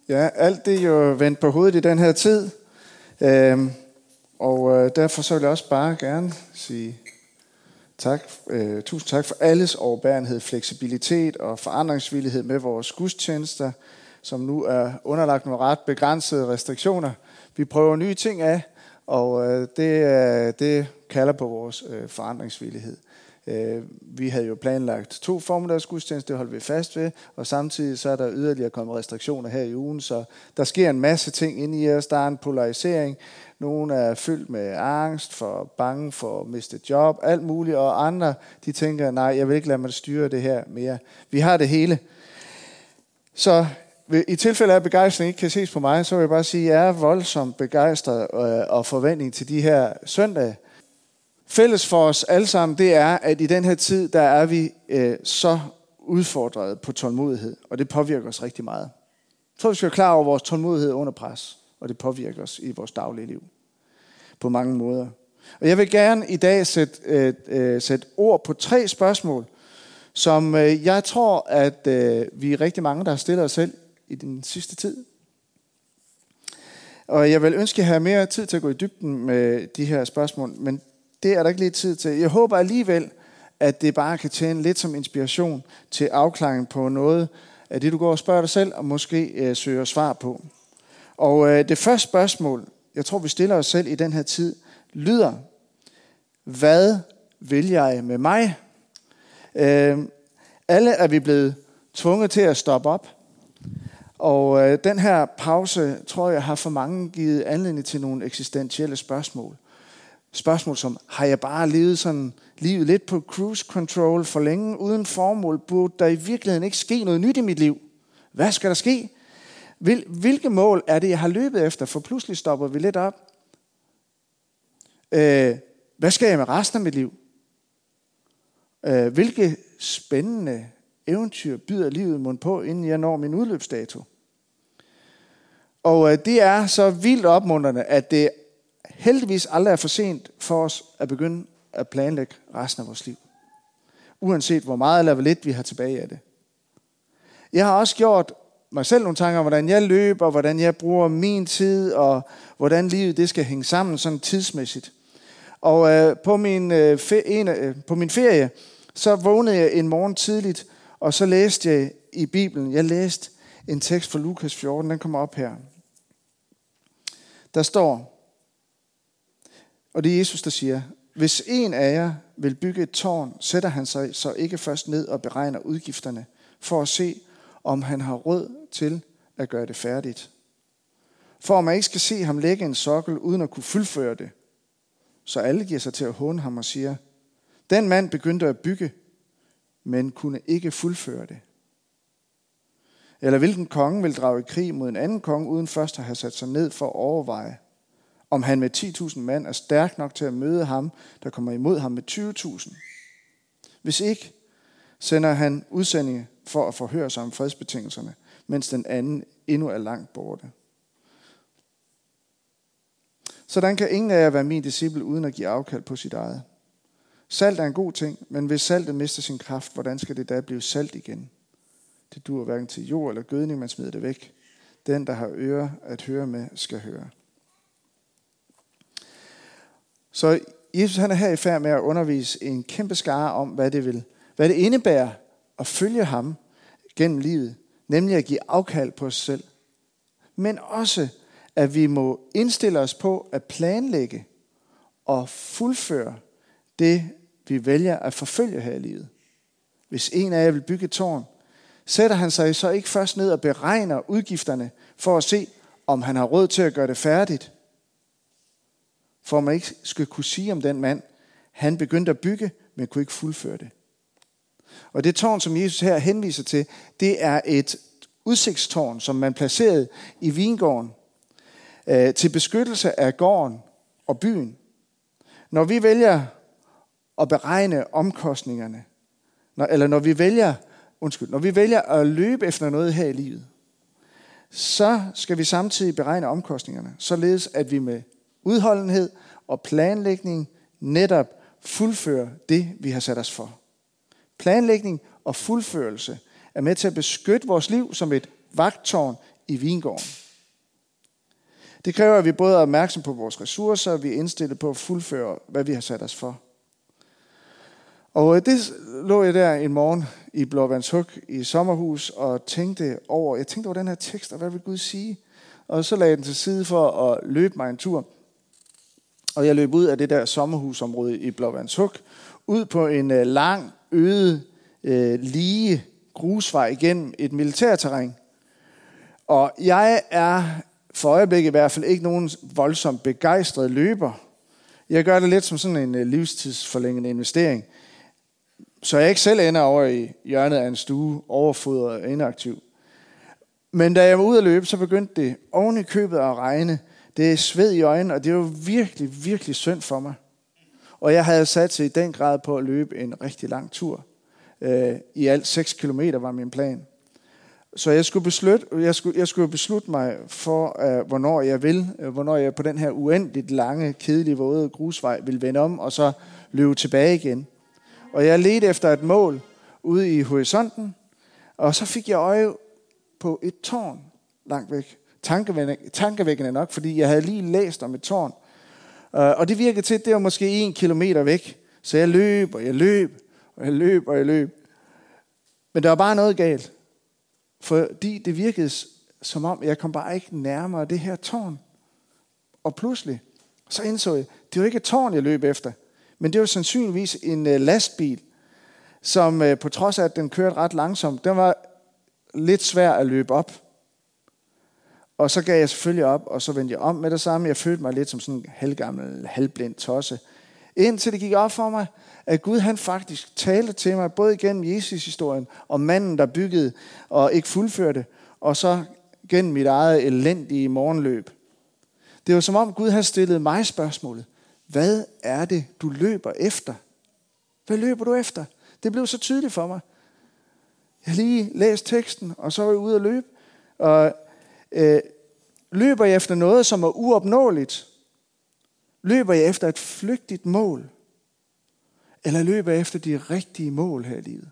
Ja, alt det er jo vendt på hovedet i den her tid. Derfor så vil jeg også bare gerne sige tak. Tusind tak for alles overbærenhed, fleksibilitet og forandringsvillighed med vores gudstjenester, som nu er underlagt nogle ret begrænsede restriktioner. Vi prøver nye ting af, og det kalder på vores forandringsvillighed. Vi havde jo planlagt 2 formiddags gudstjenester, det holdt vi fast ved, og samtidig så er der yderligere kommet restriktioner her i ugen, så der sker en masse ting inde i os. Der er en polarisering. Nogle er fyldt med angst, bange for at miste job, alt muligt, og andre de tænker, nej, jeg vil ikke lade mig styre det her mere. Vi har det hele. Så i tilfælde af, at begejstring ikke kan ses på mig, så vil jeg bare sige, at jeg er voldsomt begejstret og forventning til de her søndage. Fælles for os alle sammen, det er, at i den her tid, der er vi så udfordret på tålmodighed, og det påvirker os rigtig meget. Jeg tror, vi skal være klar over vores tålmodighed under pres, og det påvirker os i vores daglige liv på mange måder. Og jeg vil gerne i dag sætte ord på 3 spørgsmål, som jeg tror, at vi er rigtig mange, der har stillet os selv i den sidste tid. Og jeg vil ønske, at jeg har mere tid til at gå i dybden med de her spørgsmål, men det er der ikke lige tid til. Jeg håber alligevel, at det bare kan tjene lidt som inspiration til afklaring på noget af det, du går og spørger dig selv, og måske søger svar på. Og det første spørgsmål, jeg tror, vi stiller os selv i den her tid, lyder: hvad vil jeg med mig? Alle er vi blevet tvunget til at stoppe op. Og den her pause, tror jeg, har for mange givet anledning til nogle eksistentielle spørgsmål. Spørgsmål som, har jeg bare levet livet lidt på cruise control for længe uden formål? Burde der i virkeligheden ikke ske noget nyt i mit liv? Hvad skal der ske? Hvilke mål er det, jeg har løbet efter? For pludselig stopper vi lidt op. Hvad skal jeg med resten af mit liv? Hvilke spændende eventyr byder livet mund på, inden jeg når min udløbsdato? Og det er så vildt opmuntrende, at det heldigvis aldrig er for sent for os at begynde at planlægge resten af vores liv. Uanset hvor meget eller hvor lidt vi har tilbage af det. Jeg har også gjort mig selv nogle tanker om, hvordan jeg løber, hvordan jeg bruger min tid, og hvordan livet det skal hænge sammen sådan tidsmæssigt. Og på min ferie, så vågnede jeg en morgen tidligt, og så læste jeg i Bibelen. Jeg læste en tekst fra Lukas 14, den kommer op her. Der står, og det er Jesus, der siger: hvis en af jer vil bygge et tårn, sætter han sig så ikke først ned og beregner udgifterne, for at se, om han har råd til at gøre det færdigt. For at man ikke skal se ham lægge en sokkel, uden at kunne fuldføre det. Så alle giver sig til at håne ham og siger: den mand begyndte at bygge, men kunne ikke fuldføre det. Eller hvilken konge vil drage i krig mod en anden konge, uden først at have sat sig ned for at overveje, om han med 10.000 mand er stærk nok til at møde ham, der kommer imod ham med 20.000. Hvis ikke, sender han udsendinge for at forhøre sig om fredsbetingelserne, mens den anden endnu er langt borte. Sådan kan ingen af jer være min disciple, uden at give afkald på sit eget. Salt er en god ting, men hvis saltet mister sin kraft, hvordan skal det da blive salt igen? Det duer hverken til jord eller gødning, man smider det væk. Den, der har ører at høre med, skal høre. Så Jesus han er her i færd med at undervise en kæmpe skare om, hvad det indebærer at følge ham gennem livet, nemlig at give afkald på os selv. Men også, at vi må indstille os på at planlægge og fuldføre det, vi vælger at forfølge her i livet. Hvis en af jer vil bygge et tårn, sætter han sig så ikke først ned og beregner udgifterne for at se, om han har råd til at gøre det færdigt. For man ikke skal kunne sige om den mand, han begyndte at bygge, men kunne ikke fuldføre det. Og det tårn, som Jesus her henviser til, det er et udsigtstårn, som man placerede i vingården til beskyttelse af gården og byen. Når vi vælger at beregne omkostningerne, når vi vælger at løbe efter noget her i livet, så skal vi samtidig beregne omkostningerne, således at vi med udholdenhed og planlægning netop fuldfører det, vi har sat os for. Planlægning og fuldførelse er med til at beskytte vores liv som et vagttårn i vingården. Det kræver, at vi både er opmærksom på vores ressourcer, og vi er indstillet på at fuldføre, hvad vi har sat os for. Og det lå jeg der en morgen i Blåvandshuk i sommerhus og tænkte over den her tekst, og hvad vil Gud sige? Og så lagde jeg den til side for at løbe mig en tur. Og jeg løb ud af det der sommerhusområde i Blåvandshuk, ud på en lang, øde, lige grusvej igennem et militærterræn. Og jeg er for øjeblikket i hvert fald ikke nogen voldsomt begejstret løber. Jeg gør det lidt som sådan en livstidsforlængende investering. Så jeg ikke selv ender over i hjørnet af en stue, overfodret og inaktiv. Men da jeg var ude at løbe, så begyndte det oven i købet at regne. Det er sved i øjnene, og det var virkelig, virkelig synd for mig. Og jeg havde sat sig i den grad på at løbe en rigtig lang tur. I alt 6 kilometer var min plan. Så jeg skulle beslutte mig for, hvornår jeg på den her uendeligt lange, kedelige, våde grusvej ville vende om, og så løbe tilbage igen. Og jeg ledte efter et mål ude i horisonten, og så fik jeg øje på et tårn langt væk. Tankevækkende nok, fordi jeg havde lige læst om et tårn. Og det virkede til, at det var måske 1 kilometer væk. Så jeg løb. Men der var bare noget galt. Fordi det virkede som om, jeg kom bare ikke nærmere det her tårn. Og pludselig, så indså jeg, det var ikke et tårn, jeg løb efter. Men det var sandsynligvis en lastbil, som på trods af, at den kørte ret langsomt, den var lidt svær at løbe op. Og så gav jeg selvfølgelig op, og så vendte jeg om med det samme. Jeg følte mig lidt som sådan en halvgammel, halvblind tosse. Indtil det gik op for mig, at Gud han faktisk talte til mig, både igennem Jesus-historien, om manden, der byggede og ikke fuldførte, og så gennem mit eget elendige morgenløb. Det var som om Gud havde stillet mig spørgsmålet. Hvad er det, du løber efter? Hvad løber du efter? Det blev så tydeligt for mig. Jeg har lige læst teksten, og så var jeg ude at løbe. Og løber jeg efter noget, som er uopnåeligt? Løber jeg efter et flygtigt mål? Eller løber jeg efter de rigtige mål her i livet?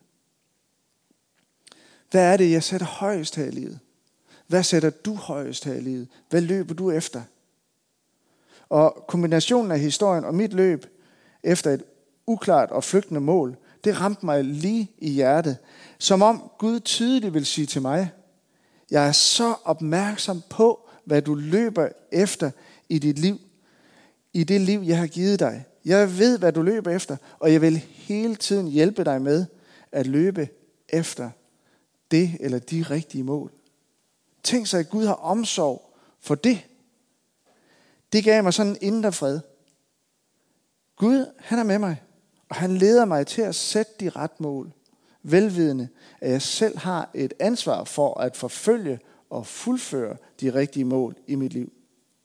Hvad er det, jeg sætter højest her i livet? Hvad sætter du højest her i livet? Hvad løber du efter? Og kombinationen af historien og mit løb efter et uklart og flygtende mål, det ramte mig lige i hjertet. Som om Gud tydeligt vil sige til mig, jeg er så opmærksom på, hvad du løber efter i dit liv. I det liv, jeg har givet dig. Jeg ved, hvad du løber efter, og jeg vil hele tiden hjælpe dig med at løbe efter det eller de rigtige mål. Tænk sig, at Gud har omsorg for det. Det gav mig sådan en indre fred. Gud, han er med mig, og han leder mig til at sætte de rette mål. Velvidende, at jeg selv har et ansvar for at forfølge og fuldføre de rigtige mål i mit liv.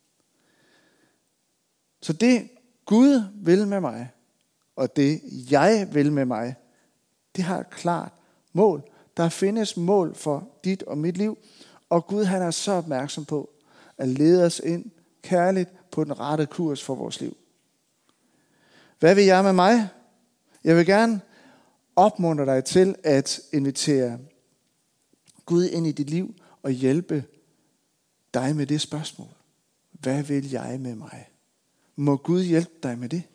Så det Gud vil med mig, og det jeg vil med mig, det har et klart mål. Der findes mål for dit og mit liv, og Gud han er så opmærksom på at lede os ind kærligt på den rette kurs for vores liv. Hvad vil jeg med mig? Jeg vil gerne opmuntre dig til at invitere Gud ind i dit liv og hjælpe dig med det spørgsmål. Hvad vil jeg med mig? Må Gud hjælpe dig med det?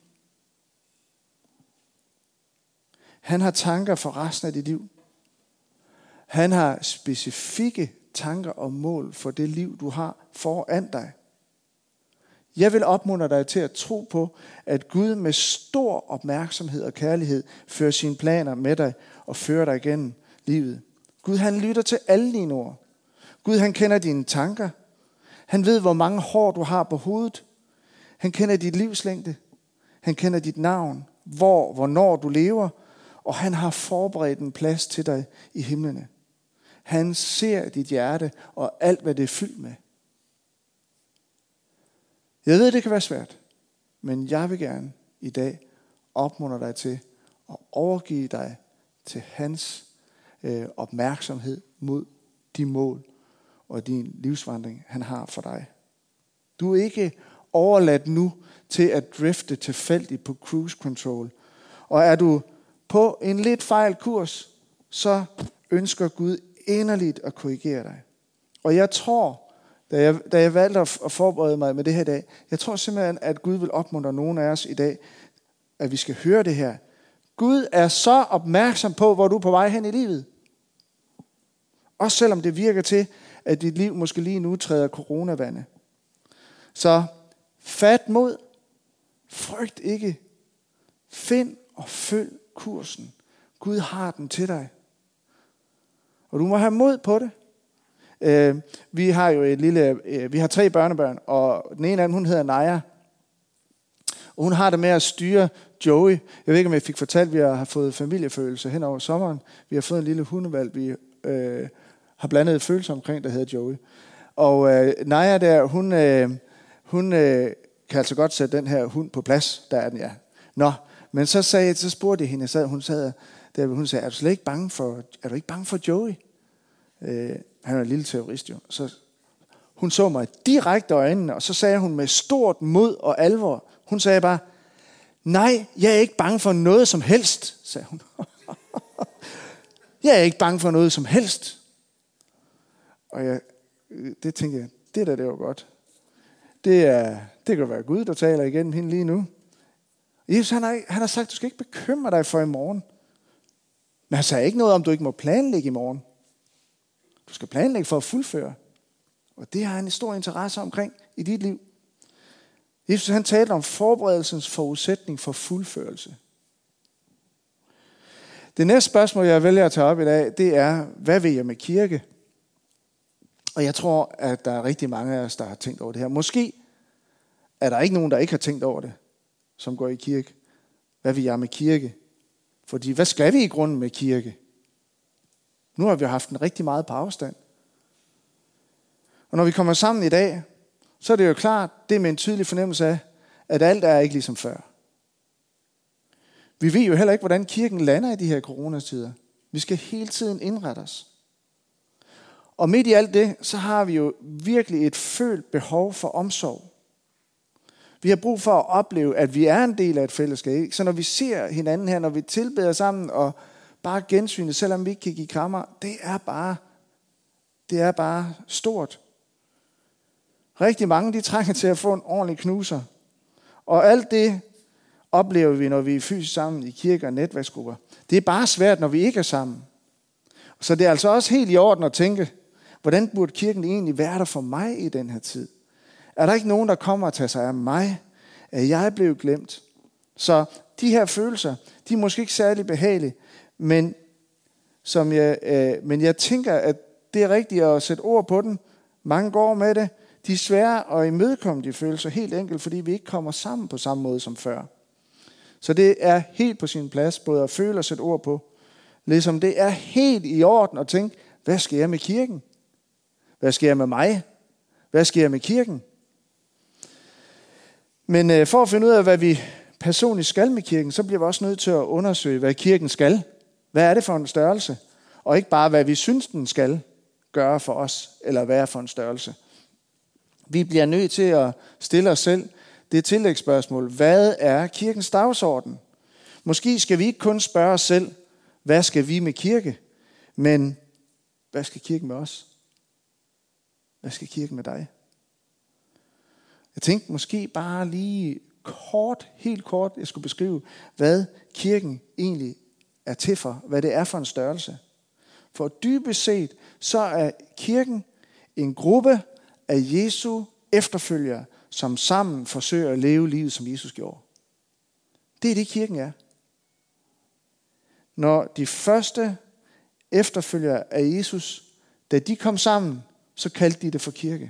Han har tanker for resten af dit liv. Han har specifikke tanker og mål for det liv, du har foran dig. Jeg vil opmuntre dig til at tro på, at Gud med stor opmærksomhed og kærlighed fører sine planer med dig og fører dig igennem livet. Gud han lytter til alle dine ord. Gud han kender dine tanker. Han ved, hvor mange hår du har på hovedet. Han kender dit livslængde. Han kender dit navn, hvornår du lever. Og han har forberedt en plads til dig i himlene. Han ser dit hjerte og alt, hvad det er fyldt med. Jeg ved, det kan være svært, men jeg vil gerne i dag opmuntre dig til at overgive dig til hans opmærksomhed mod de mål og din livsvandring, han har for dig. Du er ikke overladt nu til at drifte tilfældigt på cruise control. Og er du på en lidt fejl kurs, så ønsker Gud inderligt at korrigere dig. Og jeg tror, da jeg valgte at forberede mig med det her i dag, jeg tror simpelthen, at Gud vil opmuntre nogen af os i dag, at vi skal høre det her. Gud er så opmærksom på, hvor du er på vej hen i livet. Også selvom det virker til, at dit liv måske lige nu træder coronavande. Så fat mod, frygt ikke, find og følg kursen. Gud har den til dig. Og du må have mod på det. Vi har jo vi har 3 børnebørn, og den ene af dem, hun hedder Naja. Og hun har det med at styre Joey. Jeg ved ikke, om jeg fik fortalt, at vi har fået familiefølelse hen over sommeren. Vi har fået en lille hundevalg, vi har blandet følelser omkring, der hedder Joey. Og Naja der, hun kan altså godt sætte den her hund på plads. Der er den, ja. Nå, men så spurgte jeg hende, hun sagde, er du ikke bange for Joey? Han er en lille terrorist jo. Så hun så mig direkte i øjnene, og så sagde hun med stort mod og alvor, hun sagde bare, nej, jeg er ikke bange for noget som helst, sagde hun. Jeg er ikke bange for noget som helst. Og det tænkte jeg, det var godt. Det kan være Gud, der taler igennem hende lige nu. Jesus, han har sagt, du skal ikke bekymre dig for i morgen. Men han sagde ikke noget om, du ikke må planlægge i morgen. Du skal planlægge for at fuldføre. Og det har han en stor interesse omkring i dit liv. Jesus, han talte om forberedelsens forudsætning for fuldførelse. Det næste spørgsmål, jeg vælger at tage op i dag, det er, hvad vil jeg med kirke? Og jeg tror, at der er rigtig mange af os, der har tænkt over det her. Måske er der ikke nogen, der ikke har tænkt over det, som går i kirke. Hvad vil jeg med kirke? Fordi hvad skal vi i grunden med kirke? Nu har vi haft den rigtig meget på afstand. Og når vi kommer sammen i dag, så er det jo klart, det er med en tydelig fornemmelse af, at alt er ikke ligesom før. Vi ved jo heller ikke, hvordan kirken lander i de her coronatider. Vi skal hele tiden indrette os. Og midt i alt det, så har vi jo virkelig et følt behov for omsorg. Vi har brug for at opleve, at vi er en del af et fællesskab. Så når vi ser hinanden her, når vi tilbeder sammen og bare gensynet, selvom vi ikke kan give krammer, det er bare stort. Rigtig mange, de trænger til at få en ordentlig knuser. Og alt det oplever vi, når vi er fysisk sammen i kirker og netværksgrupper. Det er bare svært, når vi ikke er sammen. Så det er altså også helt i orden at tænke, hvordan burde kirken egentlig være der for mig i den her tid? Er der ikke nogen, der kommer og tager sig af mig? Er jeg blevet glemt? Så de her følelser, de er måske ikke særlig behagelige, men jeg tænker, at det er rigtigt at sætte ord på den. Mange går med det. De er svære at imødekomme de følelser helt enkelt, fordi vi ikke kommer sammen på samme måde som før. Så det er helt på sin plads, både at føle og sætte ord på. Ligesom det er helt i orden at tænke, hvad sker jeg med kirken? Hvad sker jeg med mig? Hvad sker jeg med kirken? Men for at finde ud af, hvad vi personligt skal med kirken, så bliver vi også nødt til at undersøge, hvad kirken skal. Hvad er det for en størrelse? Og ikke bare, hvad vi synes, den skal gøre for os, eller hvad er for en størrelse. Vi bliver nødt til at stille os selv det tillægsspørgsmål. Hvad er kirkens dagsorden? Måske skal vi ikke kun spørge os selv, hvad skal vi med kirke? Men hvad skal kirken med os? Hvad skal kirken med dig? Jeg tænkte måske bare lige helt kort, jeg skulle beskrive, hvad kirken egentlig er til for. Hvad det er for en størrelse. For dybest set, så er kirken en gruppe af Jesu efterfølgere, som sammen forsøger at leve livet, som Jesus gjorde. Det er det, kirken er. Når de første efterfølgere af Jesus, da de kom sammen, så kaldte de det for kirke.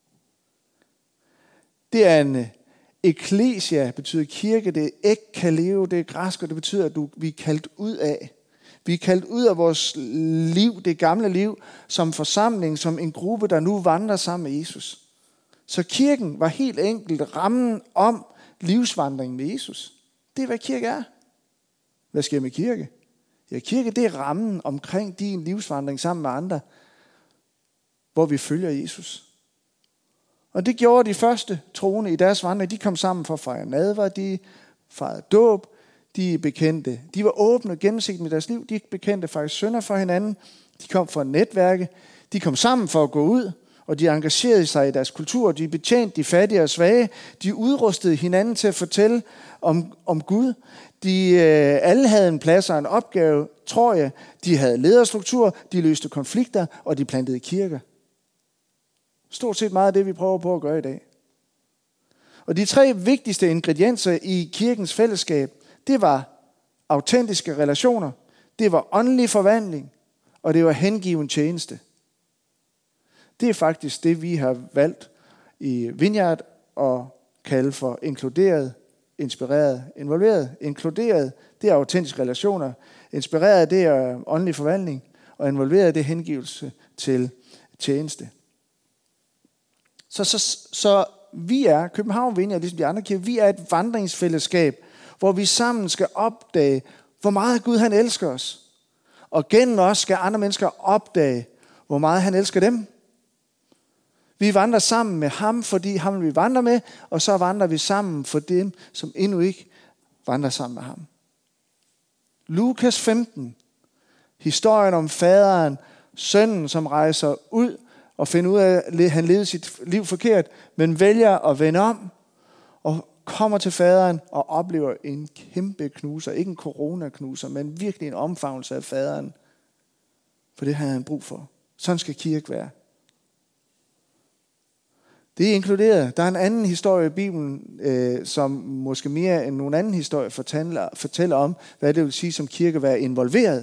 Det er en ekklesia, betyder kirke, det er ekkaleo, det er græsk, og det betyder, at vi er kaldt ud af. Vi er kaldt ud af vores liv, det gamle liv, som forsamling, som en gruppe, der nu vandrer sammen med Jesus. Så kirken var helt enkelt rammen om livsvandringen med Jesus. Det er, hvad kirke er. Hvad sker med kirke? Ja, kirke, det er rammen omkring din livsvandring sammen med andre, hvor vi følger Jesus. Og det gjorde de første troende i deres vandring. De kom sammen for at fejre nadver, de fejrede dåb, de bekendte. De var åbne og gennemsigtige med deres liv. De bekendte faktisk synder for hinanden. De kom for at netværke. De kom sammen for at gå ud. og de engagerede sig i deres kultur, de betjente de fattige og svage, de udrustede hinanden til at fortælle om Gud. Alle havde en plads og en opgave, tror jeg. De havde lederstruktur, de løste konflikter, og de plantede kirker. Stort set meget af det, vi prøver på at gøre i dag. Og de 3 vigtigste ingredienser i kirkens fællesskab, det var autentiske relationer, det var åndelig forvandling, og det var hengiven tjeneste. Det er faktisk det, vi har valgt i Vineyard at kalde for inkluderet, inspireret, involveret. Inkluderet, det er autentiske relationer. Inspireret, det er åndelig forvandling. Og involveret, det er hengivelse til tjeneste. Så vi er, København Vineyard, ligesom de andre kirker, vi er et vandringsfællesskab, hvor vi sammen skal opdage, hvor meget Gud han elsker os. Og gennem os skal andre mennesker opdage, hvor meget han elsker dem. Vi vandrer sammen med ham, fordi ham vil vi vandre med, og så vandrer vi sammen for dem, som endnu ikke vandrer sammen med ham. Lukas 15. Historien om faderen, sønnen, som rejser ud og finder ud af, at han levede sit liv forkert, men vælger at vende om og kommer til faderen og oplever en kæmpe knuser. Ikke en coronaknuser, men virkelig en omfavnelse af faderen. For det havde han brug for. Sådan skal kirke være. Det er inkluderet. Der er en anden historie i Bibelen, som måske mere end nogen anden historie fortæller om, hvad det vil sige som kirke at være involveret.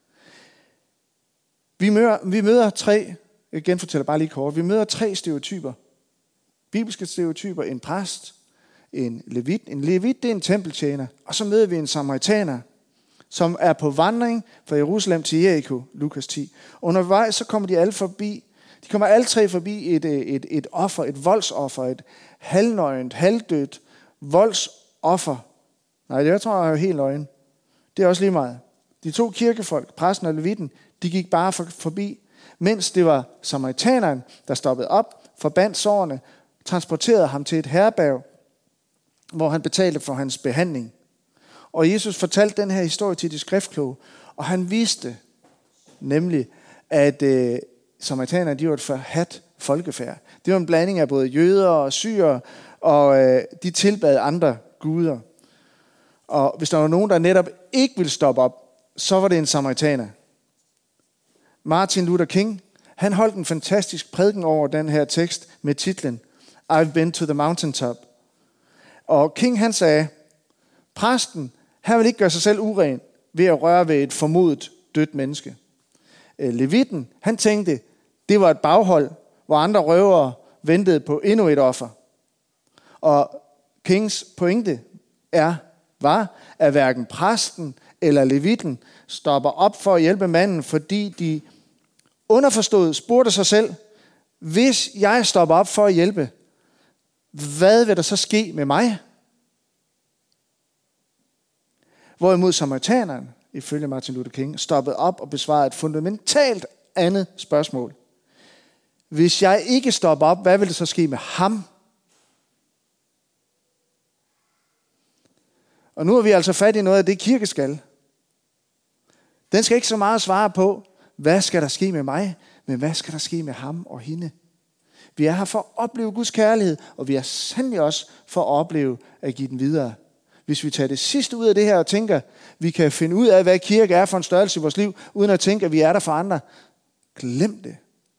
Vi møder 3, jeg genfortæller bare lige kort, vi møder 3 stereotyper. Bibelske stereotyper, en præst, en levit. En levit, det er en tempeltjener. Og så møder vi en samaritaner, som er på vandring fra Jerusalem til Jericho, Lukas 10. Undervejs så kommer de alle 3 forbi et offer, et voldsoffer, et halvnøgent, halvdødt voldsoffer. Nej, det tror jeg er helt nøgen. Det er også lige meget. De 2 kirkefolk, præsten og levitten, de gik bare forbi, mens det var samaritaneren, der stoppede op, forbandt sårene, transporterede ham til et herberg, hvor han betalte for hans behandling. Og Jesus fortalte den her historie til de skriftkloge, og han viste nemlig, at samaritanerne, de var et forhadt folkefærd. Det var en blanding af både jøder og syrere, og de tilbad andre guder. Og hvis der var nogen, der netop ikke ville stoppe op, så var det en samaritaner. Martin Luther King, han holdt en fantastisk prædiken over den her tekst med titlen I've been to the mountaintop. Og King han sagde, præsten, han vil ikke gøre sig selv uren ved at røre ved et formodet dødt menneske. Levitten, han tænkte, det var et baghold, hvor andre røvere ventede på endnu et offer. Og Kings pointe var, at hverken præsten eller levitten stopper op for at hjælpe manden, fordi de underforstået spurgte sig selv, hvis jeg stopper op for at hjælpe, hvad vil der så ske med mig? Hvorimod samaritaneren, ifølge Martin Luther King, stoppede op og besvarede et fundamentalt andet spørgsmål. Hvis jeg ikke stopper op, hvad vil det så ske med ham? Og nu er vi altså fat i noget af det, kirke skal. Den skal ikke så meget svare på, hvad skal der ske med mig, men hvad skal der ske med ham og hende? Vi er her for at opleve Guds kærlighed, og vi er sandelig også for at opleve at give den videre. Hvis vi tager det sidste ud af det her og tænker, vi kan finde ud af, hvad kirke er for en størrelse i vores liv, uden at tænke, at vi er der for andre, glem det.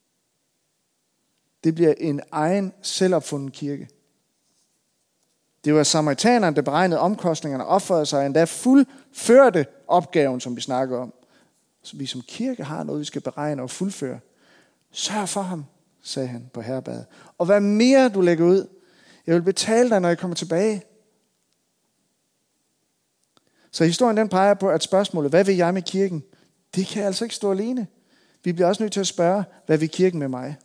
Det bliver en egen selvopfunden kirke. Det var samaritanerne, der beregnede omkostningerne og opførte sig, endda fuldførte opgaven, som vi snakker om. Så vi som kirke har noget, vi skal beregne og fuldføre. Sørg for ham, sagde han på herberget. Og hvad mere du lægger ud, jeg vil betale dig, når jeg kommer tilbage. Så historien den peger på, at spørgsmålet, hvad vil jeg med kirken? Det kan altså ikke stå alene. Vi bliver også nødt til at spørge, hvad vil kirken med mig?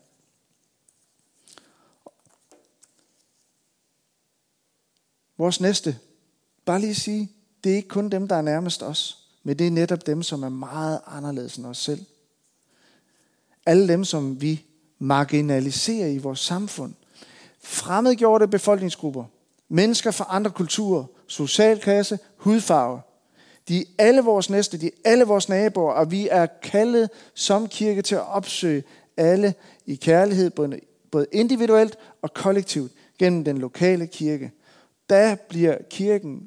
Vores næste, bare lige sige, det er ikke kun dem, der er nærmest os, men det er netop dem, som er meget anderledes end os selv. Alle dem, som vi marginaliserer i vores samfund. Fremmedgjorte befolkningsgrupper, mennesker fra andre kulturer, socialklasse, hudfarve. De er alle vores næste, de er alle vores naboer, og vi er kaldet som kirke til at opsøge alle i kærlighed, både både individuelt og kollektivt, gennem den lokale kirke. Der bliver kirken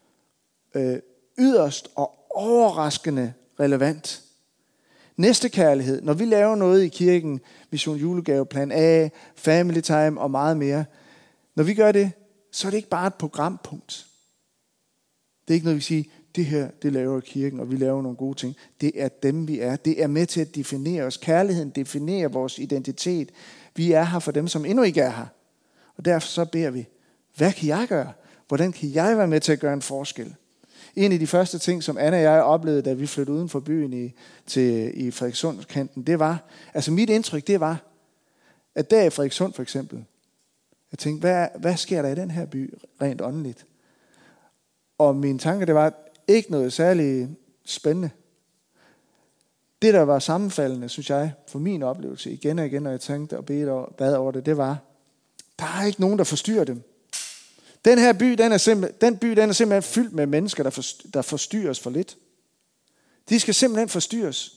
yderst og overraskende relevant. Næstekærlighed. Når vi laver noget i kirken, Mission Julegave, Plan A, Family Time og meget mere. Når vi gør det, så er det ikke bare et programpunkt. Det er ikke noget, vi siger, det her, det laver kirken, og vi laver nogle gode ting. Det er dem, vi er. Det er med til at definere os. Kærligheden definerer vores identitet. Vi er her for dem, som endnu ikke er her. Og derfor så beder vi, hvad kan jeg gøre? Hvordan kan jeg være med til at gøre en forskel? En af de første ting, som Anna og jeg oplevede, da vi flyttede uden for byen i Frederikssundkanten, det var, altså mit indtryk, det var, at der i Frederikssund for eksempel, jeg tænkte, hvad sker der i den her by rent åndeligt? Og min tanke, det var ikke noget særligt spændende. Det, der var sammenfaldende, synes jeg, for min oplevelse, igen og igen, når jeg tænkte og bad over det, det var, der er ikke nogen, der forstyrrer dem. Den her by, den er simpelthen fyldt med mennesker, der forstyrres for lidt. De skal simpelthen forstyrres.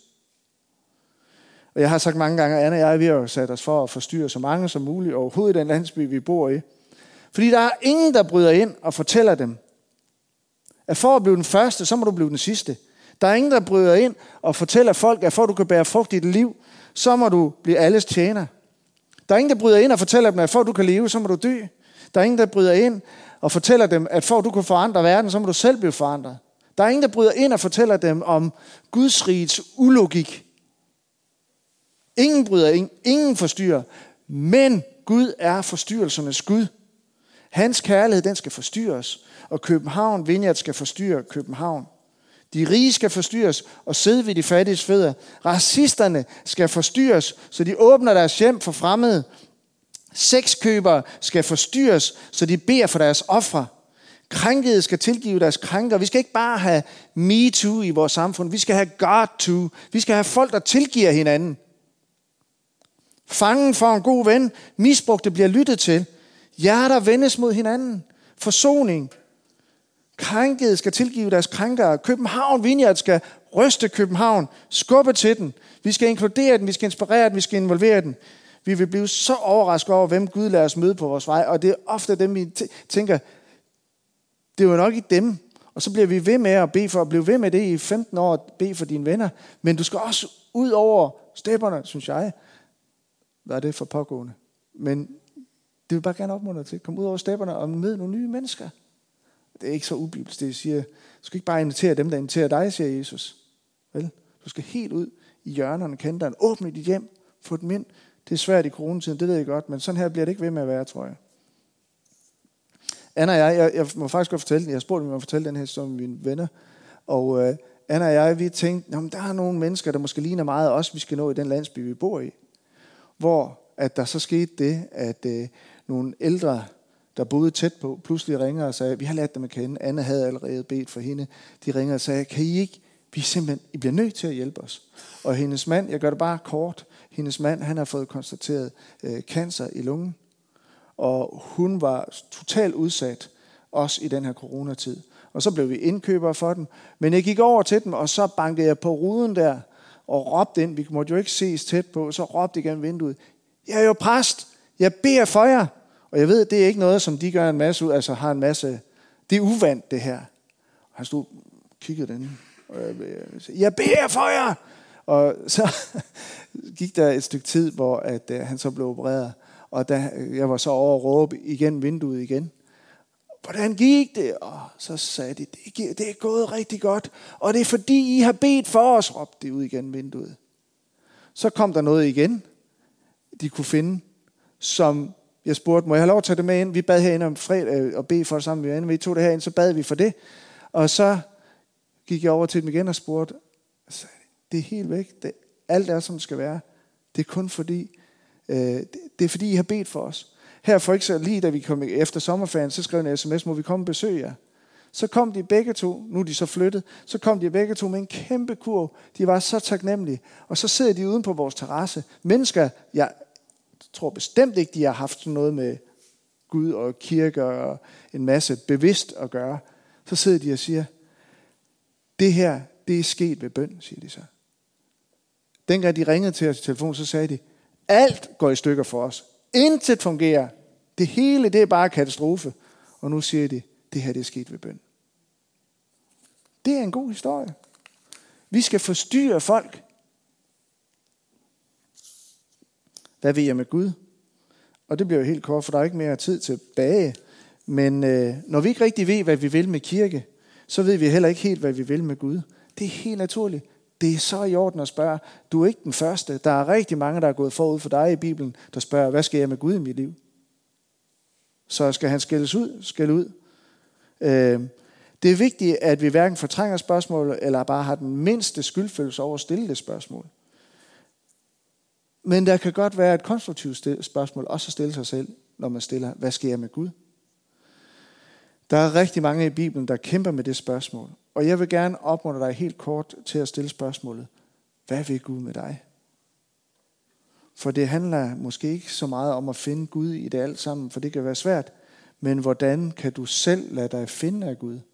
Og jeg har sagt mange gange, at Anna og jeg, vi har jo sat os for at forstyrre så mange som muligt overhovedet i den landsby, vi bor i. Fordi der er ingen, der bryder ind og fortæller dem, at for at blive den første, så må du blive den sidste. Der er ingen, der bryder ind og fortæller folk, at for at du kan bære frugt i dit liv, så må du blive alles tjener. Der er ingen, der bryder ind og fortæller dem, at for at du kan leve, så må du dø. Der er ingen, der bryder ind og fortæller dem, at for at du kan forandre verden, så må du selv blive forandret. Der er ingen, der bryder ind og fortæller dem om Guds rigets ulogik. Ingen bryder ind, ingen forstyrrer, men Gud er forstyrrelsernes Gud. Hans kærlighed, den skal forstyrres, og København Vineyard skal forstyrre København. De rige skal forstyrres og sidde ved de fattiges fødder. Racisterne skal forstyrres, så de åbner deres hjem for fremmede. Sexkøbere skal forstyrres, så de beder for deres ofre. Krænkede skal tilgive deres krænker. Vi skal ikke bare have me too i vores samfund. Vi skal have God too. Vi skal have folk, der tilgiver hinanden. Fangen får en god ven. Misbrugte bliver lyttet til. Hjerter vendes mod hinanden. Forsoning. Krænkede skal tilgive deres krænkere. København Vineyard skal ryste København. Skubbe til den. Vi skal inkludere den. Vi skal inspirere den. Vi skal involvere den. Vi vil blive så overrasket over, hvem Gud lader os møde på vores vej. Og det er ofte dem, vi tænker, det er jo nok ikke dem. Og så bliver vi ved med at bede for at blive ved med det i 15 år, bede for dine venner. Men du skal også ud over stepperne, synes jeg. Hvad er det for pågående? Men det vil bare gerne opmuntre til. Kom ud over stepperne og møde nogle nye mennesker. Det er ikke så ubibelsk, det siger. Du skal ikke bare invitere dem, der inviterer dig, siger Jesus. Vel? Du skal helt ud i hjørnerne, kende dig, åbne dit hjem, få dem ind. Det er svært i coronatiden, det ved jeg godt, men sådan her bliver det ikke ved med at være, tror jeg. Anna og jeg må faktisk godt fortælle den. Jeg spurgte, om jeg må fortælle den her historie med mine venner. Og Anna og jeg, vi tænkte, der er nogle mennesker, der måske ligner meget os, vi skal nå i den landsby, vi bor i. Hvor at der så skete det, at nogle ældre, der boede tæt på, pludselig ringer og sagde, vi har lært dem at kende. Anna havde allerede bedt for hende. De ringer og sagde, kan I ikke? I bliver nødt til at hjælpe os. Og hendes mand, jeg gør det bare kort, hendes mand, han har fået konstateret cancer i lungen. Og hun var totalt udsat, også i den her coronatid. Og så blev vi indkøbere for dem. Men jeg gik over til dem, og så bankede jeg på ruden der, og råbte ind. Vi måtte jo ikke ses tæt på, så råbte jeg gennem vinduet. Jeg er jo præst, jeg beder for jer. Og jeg ved, det er ikke noget, som de gør en masse ud, altså har en masse, det er uvandt det her. Og han stod og kiggede den. Jeg beder for jer! Og så gik der et stykke tid, hvor at, han så blev opereret. Og da jeg var så over at råbe igen vinduet igen. Hvordan gik det? Og så sagde de, det er gået rigtig godt. Og det er fordi, I har bedt for os, råbte de ud igen vinduet. Så kom der noget igen, de kunne finde, som jeg spurgte, må jeg have lov at tage det med ind? Vi bad herinde om fredag og bede for det sammen. Vi tog det herind, så bad vi for det. Og så gik jeg over til dem igen og spurgte, det er helt væk. Alt er, som det skal være. Det er kun fordi, det er fordi, I har bedt for os. Her for ikke så lige, da vi kom efter sommerferien, så skrev en sms, må vi komme og besøge jer. Så kom de begge to, nu er de så flyttet, så kom de begge to med en kæmpe kurv. De var så taknemmelige. Og så sidder de uden på vores terrasse. Mennesker, jeg tror bestemt ikke, de har haft sådan noget med Gud og kirke og en masse bevidst at gøre. Så sidder de og siger, det her, det er sket ved bøn, siger de så. Dengang de ringede til os i telefon, så sagde de, alt går i stykker for os. Intet fungerer. Det hele, det er bare katastrofe. Og nu siger de, det her det er sket ved bøn. Det er en god historie. Vi skal forstyrre folk. Hvad ved jeg med Gud? Og det bliver jo helt kort, for der er ikke mere tid tilbage. Men når vi ikke rigtig ved, hvad vi vil med kirke, så ved vi heller ikke helt, hvad vi vil med Gud. Det er helt naturligt. Det er så i orden at spørge. Du er ikke den første. Der er rigtig mange, der er gået forud for dig i Bibelen, der spørger, hvad skal jeg med Gud i mit liv? Så skal han skælde ud. Det er vigtigt, at vi hverken fortrænger spørgsmål, eller bare har den mindste skyldfølelse over at stille det spørgsmål. Men der kan godt være et konstruktivt spørgsmål, også at stille sig selv, når man stiller, hvad sker jeg med Gud? Der er rigtig mange i Bibelen, der kæmper med det spørgsmål. Og jeg vil gerne opmuntre dig helt kort til at stille spørgsmålet, hvad vil Gud med dig? For det handler måske ikke så meget om at finde Gud i det alt sammen, for det kan være svært. Men hvordan kan du selv lade dig finde af Gud?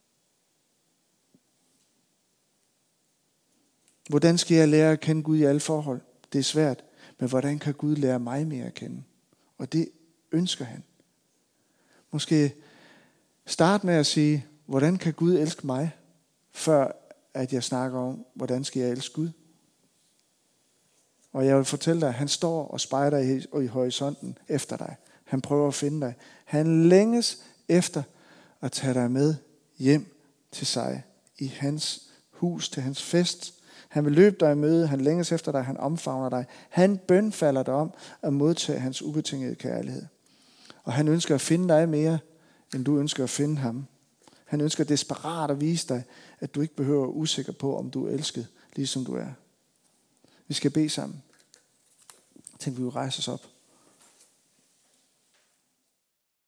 Hvordan skal jeg lære at kende Gud i alle forhold? Det er svært. Men hvordan kan Gud lære mig mere at kende? Og det ønsker han. Måske start med at sige, hvordan kan Gud elske mig? Før at jeg snakker om, hvordan skal jeg elske Gud? Og jeg vil fortælle dig, at han står og spejder i horisonten efter dig. Han prøver at finde dig. Han længes efter at tage dig med hjem til sig. I hans hus, til hans fest. Han vil løbe dig i møde. Han længes efter dig. Han omfavner dig. Han bønfalder dig om at modtage hans ubetingede kærlighed. Og han ønsker at finde dig mere, end du ønsker at finde ham. Han ønsker desperat at vise dig, at du ikke behøver at være usikker på, om du er elsket, ligesom du er. Vi skal bede sammen. Tænk, vi vil rejse os op.